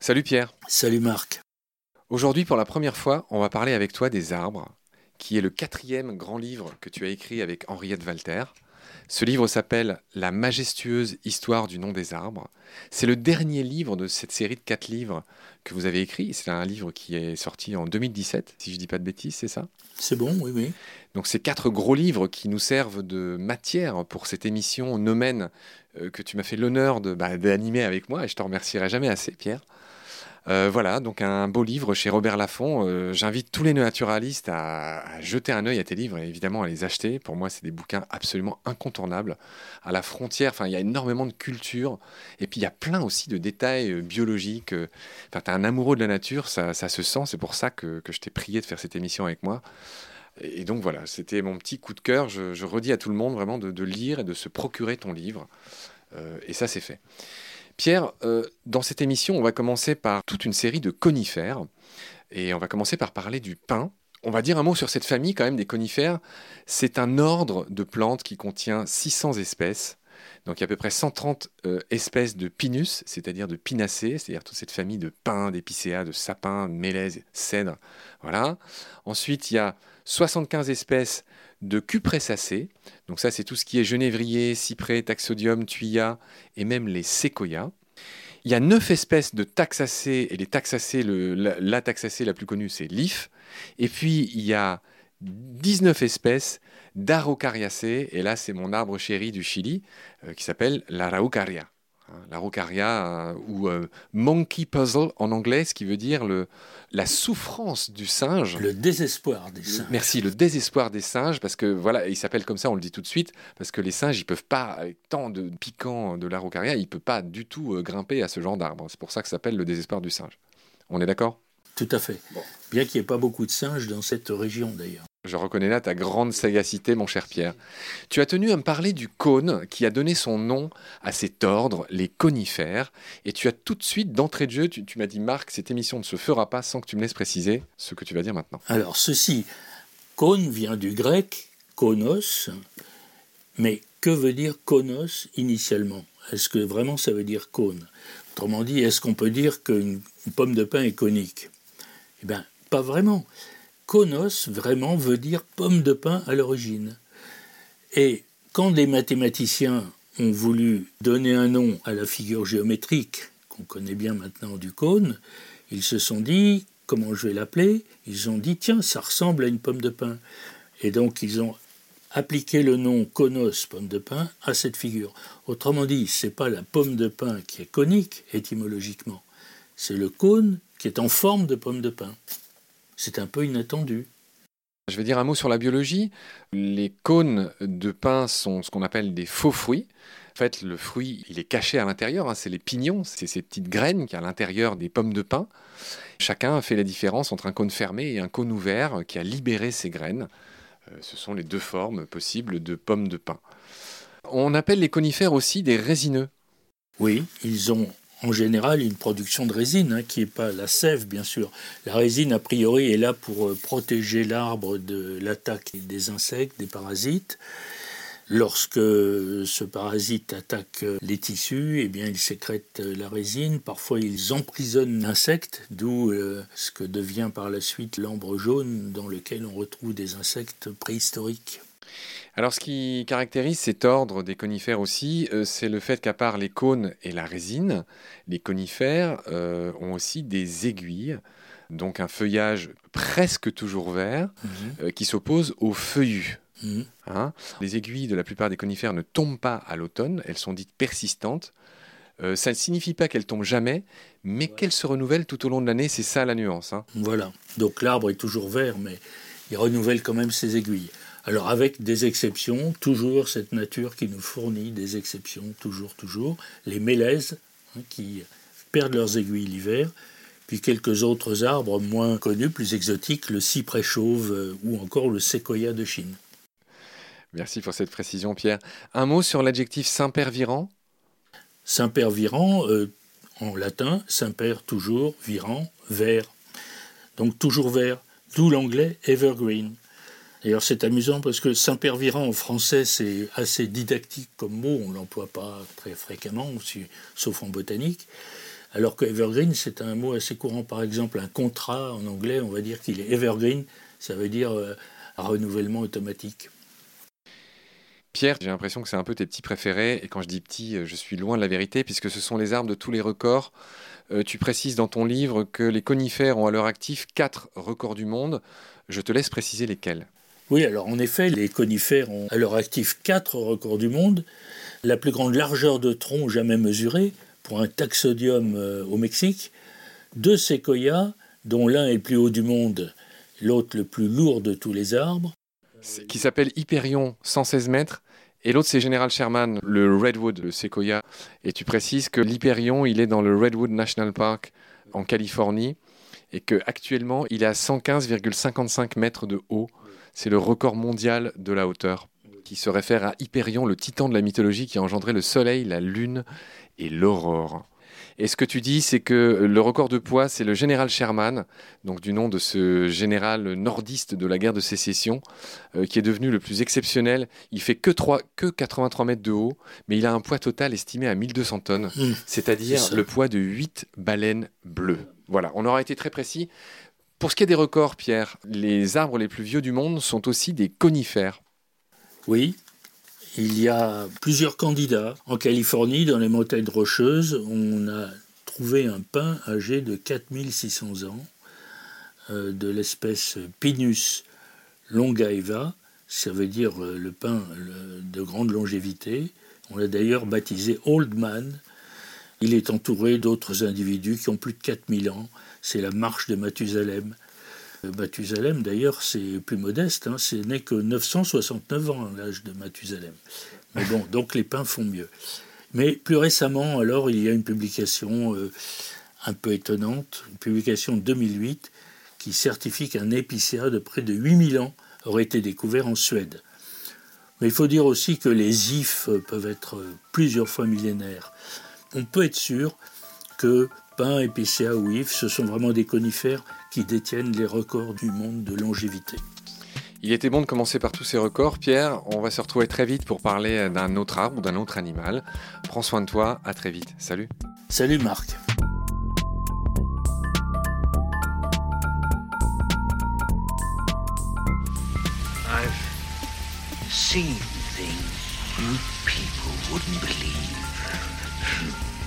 Salut Pierre. Salut Marc. Aujourd'hui, pour la première fois, on va parler avec toi des arbres, qui est le quatrième grand livre que tu as écrit avec Henriette Walter. Ce livre s'appelle La majestueuse histoire du nom des arbres. C'est le dernier livre de cette série de 4 livres que vous avez écrit. C'est un livre qui est sorti en 2017, si je ne dis pas de bêtises, c'est ça? C'est bon, oui, oui. Donc c'est 4 gros livres qui nous servent de matière pour cette émission Nomen que tu m'as fait l'honneur d'animer avec moi, et je te remercierai jamais assez, Pierre. Voilà, donc un beau livre chez Robert Laffont. J'invite tous les naturalistes à jeter un œil à tes livres et évidemment à les acheter. Pour moi, c'est des bouquins absolument incontournables. À la frontière, enfin, il y a énormément de culture. Et puis, il y a plein aussi de détails biologiques. Enfin, tu es un amoureux de la nature, ça se sent. C'est pour ça que je t'ai prié de faire cette émission avec moi. Et donc, voilà, c'était mon petit coup de cœur. Je redis à tout le monde vraiment de lire et de se procurer ton livre. Et ça, c'est fait. Pierre, dans cette émission, on va commencer par toute une série de conifères. Et on va commencer par parler du pin. On va dire un mot sur cette famille quand même des conifères. C'est un ordre de plantes qui contient 600 espèces. Donc il y a à peu près 130 espèces de pinus, c'est-à-dire de pinacées, c'est-à-dire toute cette famille de pins, d'épicéas, de sapins, de mélèzes, cèdres. Voilà. Ensuite, il y a 75 espèces de cupressacées. Donc ça, c'est tout ce qui est genévrier, cyprès, taxodium, thuya et même les séquoias. Il y a 9 espèces de taxacées, et les taxacées, la taxacée la plus connue, c'est l'if. Et puis, il y a 19 espèces d'araucariacées, et là, c'est mon arbre chéri du Chili, qui s'appelle l'araucaria. L'araucaria, ou monkey puzzle en anglais, ce qui veut dire la souffrance du singe. Le désespoir des singes. Merci, le désespoir des singes, parce que voilà, il s'appelle comme ça, on le dit tout de suite, parce que les singes, ils peuvent pas, avec tant de piquants de l'araucaria, ils peuvent pas du tout grimper à ce genre d'arbre. C'est pour ça que ça s'appelle le désespoir du singe. On est d'accord? Tout à fait. Bon. Bien qu'il n'y ait pas beaucoup de singes dans cette région d'ailleurs. Je reconnais là ta grande sagacité, mon cher Pierre. Tu as tenu à me parler du cône qui a donné son nom à cet ordre, les conifères. Et tu as tout de suite, d'entrée de jeu, tu m'as dit, Marc, cette émission ne se fera pas sans que tu me laisses préciser ce que tu vas dire maintenant. Alors ceci, cône vient du grec konos, mais que veut dire konos initialement? Est-ce que vraiment ça veut dire cône? Autrement dit, est-ce qu'on peut dire qu'une pomme de pin est conique? Eh bien, pas vraiment. Konos, vraiment, veut dire pomme de pin à l'origine. Et quand des mathématiciens ont voulu donner un nom à la figure géométrique qu'on connaît bien maintenant du cône, ils se sont dit, comment je vais l'appeler? Ils ont dit, tiens, ça ressemble à une pomme de pin. Et donc, ils ont appliqué le nom konos, pomme de pin, à cette figure. Autrement dit, ce n'est pas la pomme de pin qui est conique, étymologiquement. C'est le cône qui est en forme de pomme de pin. C'est un peu inattendu. Je vais dire un mot sur la biologie. Les cônes de pin sont ce qu'on appelle des faux fruits. En fait, le fruit, il est caché à l'intérieur, c'est les pignons, c'est ces petites graines qui sont à l'intérieur des pommes de pin. Chacun fait la différence entre un cône fermé et un cône ouvert qui a libéré ses graines. Ce sont les 2 formes possibles de pommes de pin. On appelle les conifères aussi des résineux. Oui, ils ont en général une production de résine, qui n'est pas la sève, bien sûr. La résine, a priori, est là pour protéger l'arbre de l'attaque des insectes, des parasites. Lorsque ce parasite attaque les tissus, eh bien, il sécrète la résine. Parfois, ils emprisonnent l'insecte, d'où ce que devient par la suite l'ambre jaune, dans lequel on retrouve des insectes préhistoriques. Alors, ce qui caractérise cet ordre des conifères aussi, c'est le fait qu'à part les cônes et la résine, les conifères ont aussi des aiguilles, donc un feuillage presque toujours vert, qui s'oppose aux feuillus. Les aiguilles de la plupart des conifères ne tombent pas à l'automne, elles sont dites persistantes. Ça ne signifie pas qu'elles tombent jamais, mais qu'elles se renouvellent tout au long de l'année, c'est ça la nuance. Voilà, donc l'arbre est toujours vert, mais il renouvelle quand même ses aiguilles. Alors avec des exceptions, toujours cette nature qui nous fournit des exceptions, toujours. Les mélèzes, qui perdent leurs aiguilles l'hiver, puis quelques autres arbres moins connus, plus exotiques, le cyprès chauve ou encore le séquoia de Chine. Merci pour cette précision, Pierre. Un mot sur l'adjectif sempervirent. Sempervirent, en latin, semper toujours, virent, vert. Donc toujours vert, d'où l'anglais evergreen. D'ailleurs, c'est amusant parce que sempervirent en français, c'est assez didactique comme mot, on ne l'emploie pas très fréquemment, sauf en botanique. Alors que evergreen, c'est un mot assez courant. Par exemple, un contrat en anglais, on va dire qu'il est evergreen, ça veut dire un renouvellement automatique. Pierre, j'ai l'impression que c'est un peu tes petits préférés, et quand je dis petits, je suis loin de la vérité, puisque ce sont les arbres de tous les records. Tu précises dans ton livre que les conifères ont à leur actif 4 records du monde. Je te laisse préciser lesquels. Oui, alors en effet, les conifères ont à leur actif 4 records du monde. La plus grande largeur de tronc jamais mesurée pour un taxodium au Mexique. 2 séquoias, dont l'un est le plus haut du monde, l'autre le plus lourd de tous les arbres. Qui s'appelle Hyperion, 116 mètres, et l'autre c'est General Sherman, le Redwood, le séquoia. Et tu précises que l'Hyperion, il est dans le Redwood National Park en Californie, et qu'actuellement il est à 115,55 mètres de haut. C'est le record mondial de la hauteur, qui se réfère à Hyperion, le titan de la mythologie qui a engendré le soleil, la lune et l'aurore. Et ce que tu dis, c'est que le record de poids, c'est le général Sherman, donc du nom de ce général nordiste de la guerre de sécession, qui est devenu le plus exceptionnel. Il fait que 83 mètres de haut, mais il a un poids total estimé à 1200 tonnes, c'est-à-dire le poids de 8 baleines bleues. Voilà, on aura été très précis. Pour ce qui est des records, Pierre, les arbres les plus vieux du monde sont aussi des conifères. Oui, il y a plusieurs candidats. En Californie, dans les montagnes rocheuses, on a trouvé un pin âgé de 4600 ans, de l'espèce Pinus longaeva, ça veut dire le pin de grande longévité. On l'a d'ailleurs baptisé Old Man. Il est entouré d'autres individus qui ont plus de 4000 ans. C'est la marche de Mathusalem. Mathusalem, d'ailleurs, c'est plus modeste, ce n'est que 969 ans à l'âge de Mathusalem. Mais bon, donc les pins font mieux. Mais plus récemment, alors, il y a une publication un peu étonnante, une publication de 2008, qui certifie qu'un épicéa de près de 8000 ans aurait été découvert en Suède. Mais il faut dire aussi que les ifs peuvent être plusieurs fois millénaires. On peut être sûr que pins, épicéas ou ifs, ce sont vraiment des conifères qui détiennent les records du monde de longévité. Il était bon de commencer par tous ces records, Pierre. On va se retrouver très vite pour parler d'un autre arbre ou d'un autre animal. Prends soin de toi, à très vite. Salut. Salut Marc. I've seen things you people wouldn't believe.